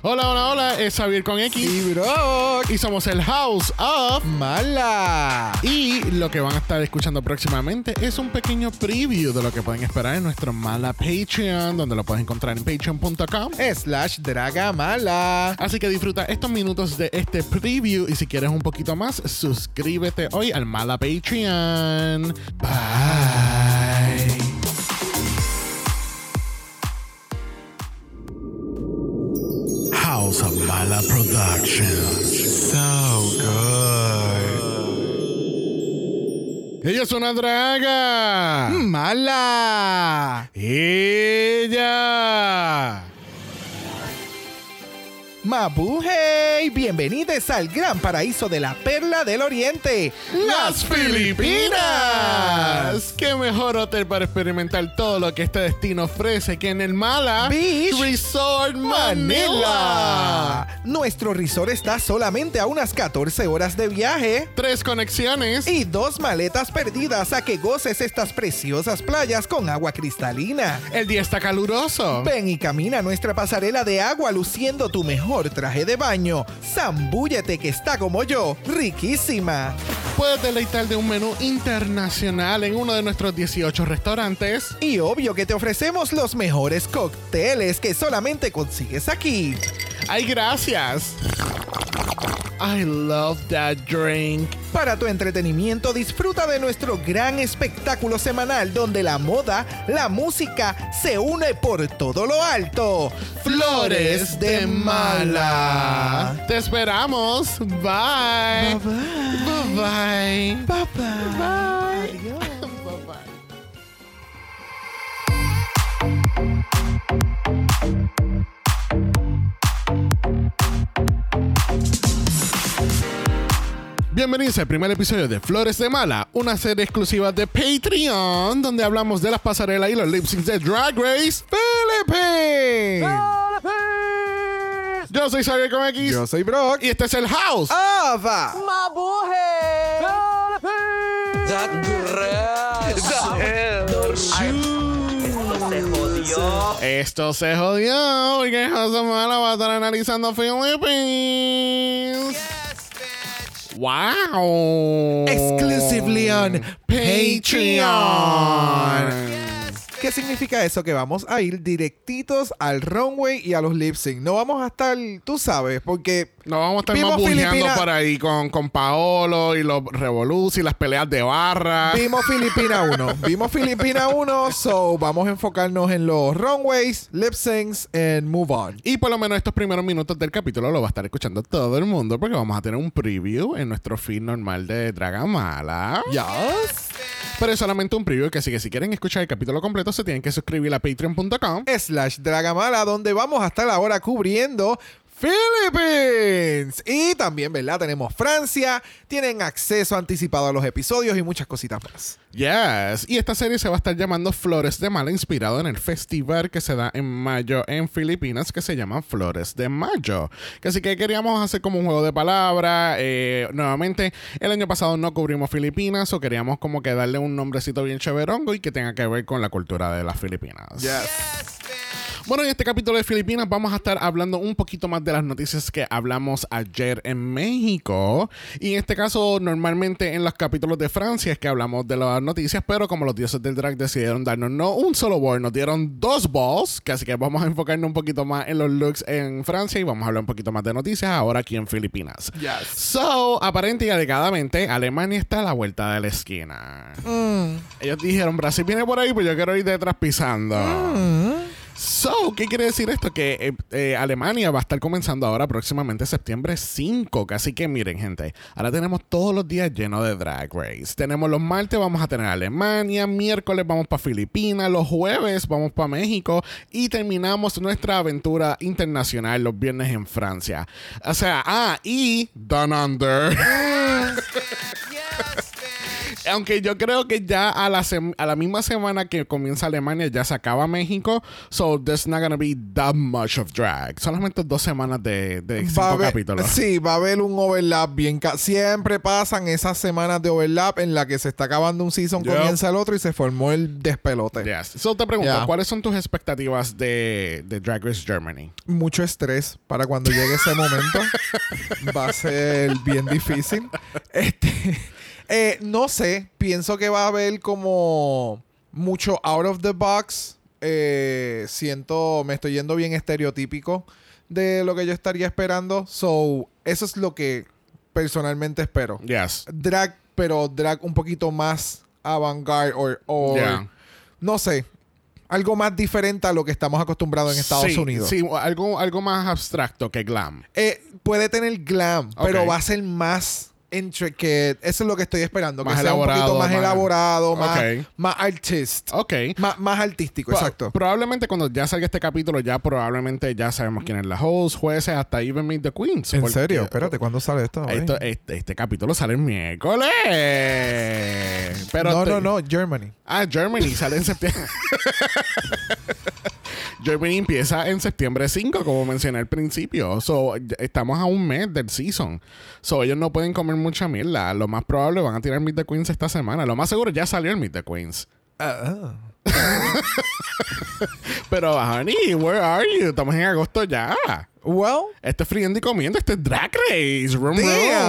Hola, hola, hola, es Xavier con X y Brock. Y somos el House of Mala. Y lo que van a estar escuchando próximamente es un pequeño preview de lo que pueden esperar en nuestro Mala Patreon, donde lo puedes encontrar en patreon.com/dragamala. Así que disfruta estos minutos de este preview y si quieres un poquito más, suscríbete hoy al Mala Patreon. Bye. House of Mala Productions. So good. Ella es una draga. Mala. Ella. Mabuhay, bienvenidos al gran paraíso de la perla del oriente, las Filipinas. Qué mejor hotel para experimentar todo lo que este destino ofrece que en el Mala Beach Resort Manila. Nuestro resort está solamente a unas 14 horas de viaje, 3 conexiones y 2 maletas perdidas a que goces estas preciosas playas con agua cristalina. El día está caluroso. Ven y camina nuestra pasarela de agua luciendo tu mejor traje de baño. Zambúllete que está como yo, riquísima. Puedes deleitar de un menú internacional en uno de nuestros 18 restaurantes. Y obvio que te ofrecemos los mejores cócteles que solamente consigues aquí. ¡Ay, gracias! I love that drink. Para tu entretenimiento, disfruta de nuestro gran espectáculo semanal donde la moda, la música se une por todo lo alto. Flores de Mala. Te esperamos. Bye. Bye bye. Bye bye. Bye. Adiós. Bye bye. Bienvenidos al primer episodio de Flores de Mala, una serie exclusiva de Patreon, donde hablamos de las pasarelas y los lip syncs de Drag Race Philippines. Yo soy Xavier con X. Yo soy Brock. Y este es el House of Mabuhay. Esto se jodió. Y que House of Mala va a estar analizando Philippines. Wow. Exclusively on Patreon. ¿Qué significa eso? Que vamos a ir directitos al runway y a los lip sync. No vamos a estar, tú sabes, porque no vamos a estar vimos más bujeando Filipina por ahí con Paolo y los revolus y las peleas de barra. Vimos Filipina 1. Vimos Filipina 1, so vamos a enfocarnos en los runways, lip syncs and move on. Y por lo menos estos primeros minutos del capítulo lo va a estar escuchando todo el mundo porque vamos a tener un preview en nuestro feed normal de Dragamala. Yes. Pero es solamente un preview, que así que si quieren escuchar el capítulo completo se tienen que suscribir a patreon.com/Dragamala, donde vamos a estar ahora cubriendo Philippines. Y también, ¿verdad? Tenemos Francia, tienen acceso anticipado a los episodios y muchas cositas más. Yes. Y esta serie se va a estar llamando Flores de Mala, inspirado en el festival que se da en mayo en Filipinas, que se llama Flores de Mayo. Que así que queríamos hacer como un juego de palabras. Nuevamente, el año pasado no cubrimos Filipinas, o queríamos como que darle un nombrecito bien chéverongo y que tenga que ver con la cultura de las Filipinas. Yes. Bueno, en este capítulo de Filipinas vamos a estar hablando un poquito más de las noticias que hablamos ayer en México. Y en este caso, normalmente en los capítulos de Francia es que hablamos de las noticias, pero como los dioses del drag decidieron darnos no un solo ball, nos dieron 2 balls, que así que vamos a enfocarnos un poquito más en los looks en Francia y vamos a hablar un poquito más de noticias ahora aquí en Filipinas. Yes. So, aparente y alegadamente, Alemania está a la vuelta de la esquina. Ellos dijeron, Brasil viene por ahí, pues yo quiero ir detrás pisando. So, ¿qué quiere decir esto? Que Alemania va a estar comenzando ahora próximamente septiembre 5. Así que miren, gente, ahora tenemos todos los días llenos de Drag Race. Tenemos los martes, vamos a tener Alemania, miércoles vamos para Filipinas, los jueves vamos para México y terminamos nuestra aventura internacional los viernes en Francia. O sea, y Down Under. Aunque yo creo que ya a la misma semana que comienza Alemania ya se acaba México. So there's not gonna be that much of drag. Solamente 2 semanas de 5 capítulos. Sí, va a haber un overlap bien... Siempre pasan esas semanas de overlap en la que se está acabando un season, comienza el otro y se formó el despelote. Yes. So te pregunto, ¿cuáles son tus expectativas de Drag Race Germany? Mucho estrés para cuando llegue ese momento. Va a ser bien difícil. No sé. Pienso que va a haber como mucho out of the box. Me estoy yendo bien estereotípico de lo que yo estaría esperando. So, eso es lo que personalmente espero. Yes. Drag, pero drag un poquito más avant-garde o no sé. Algo más diferente a lo que estamos acostumbrados en Estados Unidos. Sí, algo más abstracto que glam. Puede tener glam, pero va a ser más intricate. Eso es lo que estoy esperando. Más que sea elaborado, un poquito más elaborado, Okay. más artist. Ok. Más artístico, exacto. Probablemente cuando ya salga este capítulo, probablemente ya sabemos quién es la host, jueces, hasta even Meet the Queens. ¿En serio? Espérate, ¿cuándo sale esto? Este capítulo sale el miércoles. Pero no, Germany. Germany sale en septiembre. Germany empieza en septiembre 5, como mencioné al principio. So, estamos a un mes del season. So, ellos no pueden comer mucha mierda. Lo más probable van a tirar Meet the Queens esta semana. Lo más seguro ya salió el Meet the Queens. Pero, honey, where are you? Estamos en agosto ya. Well, Esto es friendo y comiendo. Esto es Drag Race. Rum.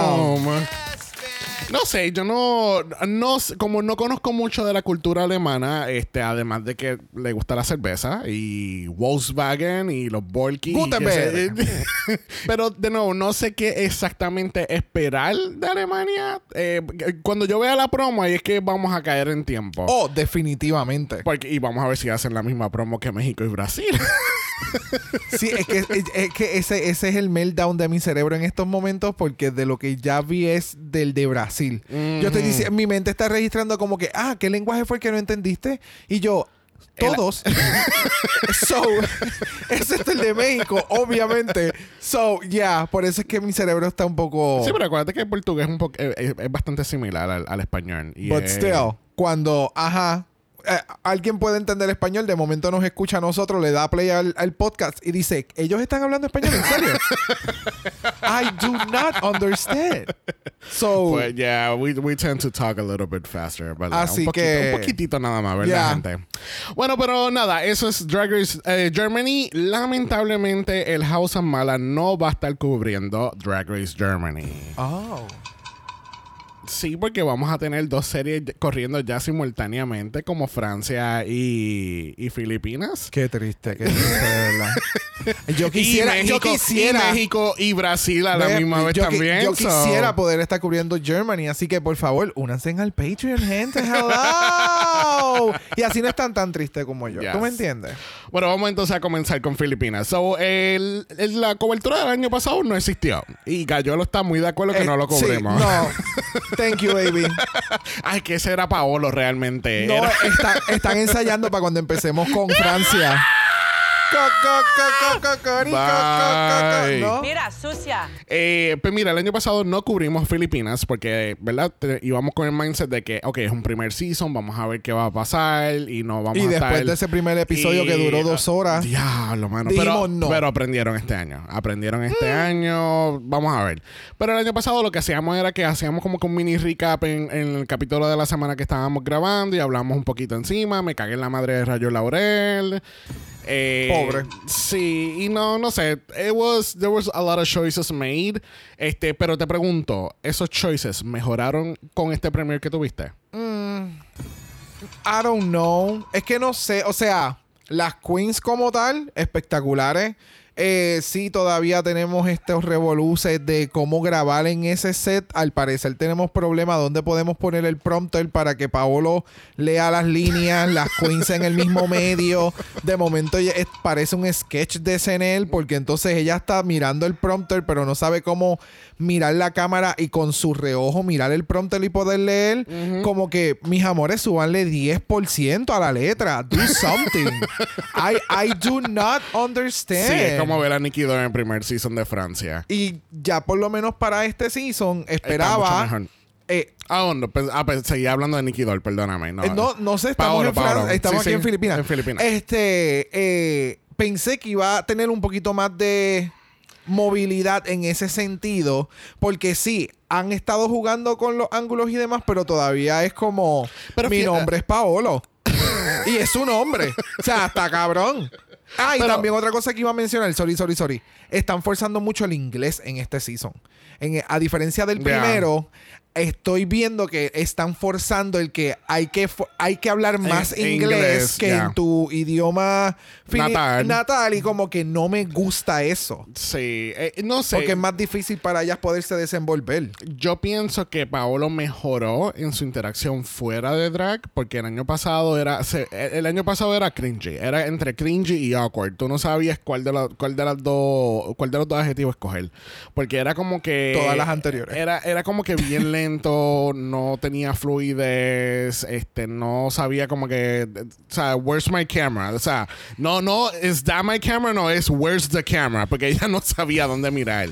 No sé, yo no como no conozco mucho de la cultura alemana, además de que le gusta la cerveza y Volkswagen y los Borky. Pero de nuevo, no sé qué exactamente esperar de Alemania. Cuando yo vea la promo, ahí es que vamos a caer en tiempo. Oh, definitivamente. Y vamos a ver si hacen la misma promo que México y Brasil. Sí, es que ese es el meltdown de mi cerebro en estos momentos, porque de lo que ya vi es del de Brasil. Yo estoy diciendo, mi mente está registrando como que, ¿qué lenguaje fue el que no entendiste? Y yo, todos. So, ese es el de México, obviamente. So, por eso es que mi cerebro está un poco... Sí, pero acuérdate que el portugués es bastante similar al español. But still, cuando, alguien puede entender español, de momento nos escucha a nosotros, le da play al podcast y dice, ¿ellos están hablando español? ¿En serio? I do not understand. So, pues we tend to talk a little bit faster, ¿verdad? Así un poquitito nada más, ¿verdad, gente? Bueno, pero nada, eso es Drag Race Germany. Lamentablemente, el House of Mala no va a estar cubriendo Drag Race Germany. Oh. Sí, porque vamos a tener 2 series corriendo ya simultáneamente, como Francia y Filipinas. Qué triste, de verdad. Yo quisiera. Y México y Brasil a la misma vez también. Yo quisiera poder estar cubriendo Germany, así que por favor, únanse al Patreon, gente. Hello. Y así no están tan tristes como yo. Yes. ¿Tú me entiendes? Bueno, vamos entonces a comenzar con Filipinas. So, la cobertura del año pasado no existió. Y Gayolo está muy de acuerdo que no lo cubrimos. Sí, no. Thank you, baby. Ay, que ese era Paolo realmente. No, están ensayando para cuando empecemos con Francia. ¿No? Mira, sucia. Pues mira, el año pasado no cubrimos Filipinas porque, ¿verdad? Íbamos con el mindset de que, es un primer season, vamos a ver qué va a pasar y no vamos a estar... Y después de ese primer episodio que duró 2 horas... Diablo, mano. No. Pero aprendieron este año. Vamos a ver. Pero el año pasado lo que hacíamos era que hacíamos como que un mini recap en el capítulo de la semana que estábamos grabando y hablamos un poquito encima. Me cagué en la madre de Rayo Laurel. Pobre. Sí, y no sé. There was a lot of choices made. Pero te pregunto, ¿esos choices mejoraron con este premiere que tuviste? I don't know. Es que no sé. O sea, las queens como tal, espectaculares. Sí, todavía tenemos estos revoluces de cómo grabar en ese set. Al parecer tenemos problemas donde podemos poner el prompter para que Paolo lea las líneas, las queens en el mismo medio. De momento parece un sketch de SNL porque entonces ella está mirando el prompter pero no sabe cómo mirar la cámara y con su reojo mirar el prompter y poder leer. Como que, mis amores, súbanle 10% a la letra. Do something. I do not understand. Sí, es como ver a Nikki Doll en el primer season de Francia. Y ya por lo menos para este season esperaba Bueno, seguía hablando de Nicky Doll, perdóname. No sé, estamos estamos aquí en Filipinas. En Filipinas. Pensé que iba a tener un poquito más de movilidad en ese sentido, porque sí, han estado jugando con los ángulos y demás, pero todavía es como, mi nombre es Paolo. Y es su nombre. O sea, está cabrón. Y también otra cosa que iba a mencionar, sorry. Están forzando mucho el inglés en este season. A diferencia del primero, estoy viendo que están forzando el que hay que hablar más inglés que en tu idioma natal, y como que no me gusta eso. Sí, no sé. Porque es más difícil para ellas poderse desenvolver. Yo pienso que Paolo mejoró en su interacción fuera de drag, porque el año pasado era cringy. Era entre cringy y awkward. Tú no sabías cuál de los dos adjetivos escoger. Porque era como que... Todas las anteriores. Era como que bien lento, no tenía fluidez, no sabía como que... O sea, where's my camera? O sea, no, ¿is that my camera? No, es where's the camera? Porque ella no sabía dónde mirar.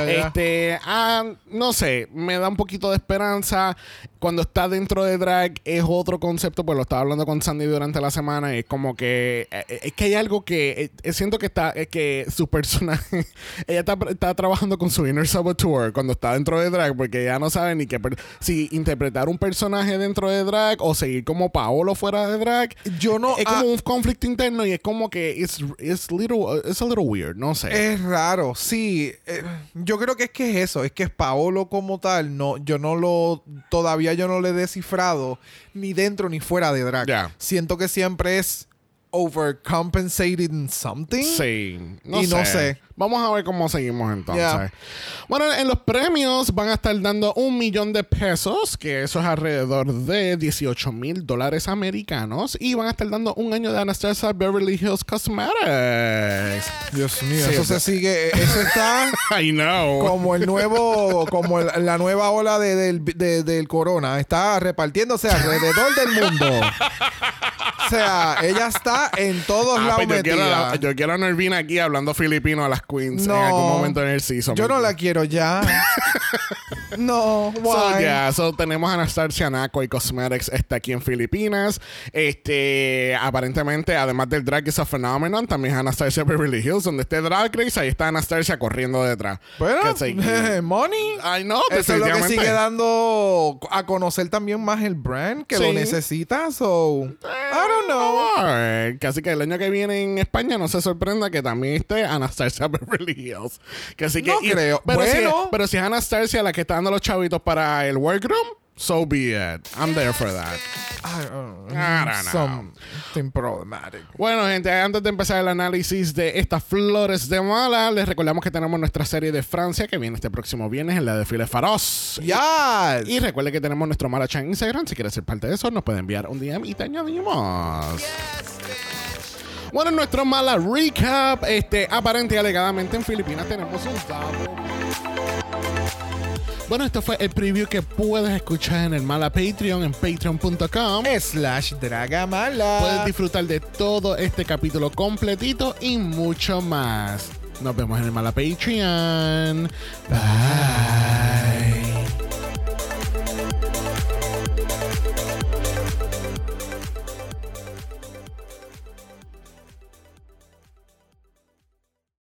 No sé, me da un poquito de esperanza. Cuando está dentro de drag es otro concepto, pues lo estaba hablando con Sandy durante la semana, y es como que es que hay algo que siento que que su personaje, ella está trabajando con su inner saboteur cuando está dentro de drag, porque ella no sabe ni si interpretar un personaje dentro de drag o seguir como Paolo fuera de drag. Es como un conflicto interno, y es como que it's a little weird, no sé. Es raro, sí. Yo creo que es eso, es que es Paolo como tal, todavía yo no lo he descifrado ni dentro ni fuera de drag. Siento que siempre es overcompensating something. Sí, no sé. Vamos a ver cómo seguimos entonces. Bueno, en los premios van a estar dando $1,000,000, que eso es alrededor de $18,000 americanos, y van a estar dando un año de Anastasia Beverly Hills Cosmetics. Dios mío, eso se sigue. Eso está I know. Como la nueva ola del corona. Está repartiéndose alrededor del mundo. O sea, ella está en todos lados metida. Yo quiero a Nervina aquí hablando filipino a las queens en algún momento en el season. Yo no la quiero ya. No, why? So tenemos a Anastasia Nakoi Cosmetics, está aquí en Filipinas. Aparentemente, además del Drag is a Phenomenon, también es Anastasia Beverly Hills, donde esté Drag Race, ahí está Anastasia corriendo detrás. Bueno, money. I know, eso es lo que sigue dando a conocer también más el brand que lo necesita. So, I don't know. Casi que el año que viene en España no se sorprenda que también esté Anastasia Beverly Hills. No creo. Pero si es Anastasia la que está dando los chavitos para el workroom, so be it. I'm there for that. I don't know. Something problematic. Bueno, gente, antes de empezar el análisis de estas flores de mala, les recordamos que tenemos nuestra serie de Francia que viene este próximo viernes en la Desfile Feroz. Yes. Y recuerde que tenemos nuestro Mala Chan Instagram. Si quieres ser parte de eso, nos puede enviar un DM y te añadimos. Bueno, en nuestro Mala Recap, aparente y alegadamente en Filipinas tenemos un double. Bueno, esto fue el preview que puedes escuchar en el Mala Patreon, en patreon.com/dragamala. Puedes disfrutar de todo este capítulo completito y mucho más. Nos vemos en el Mala Patreon. Bye.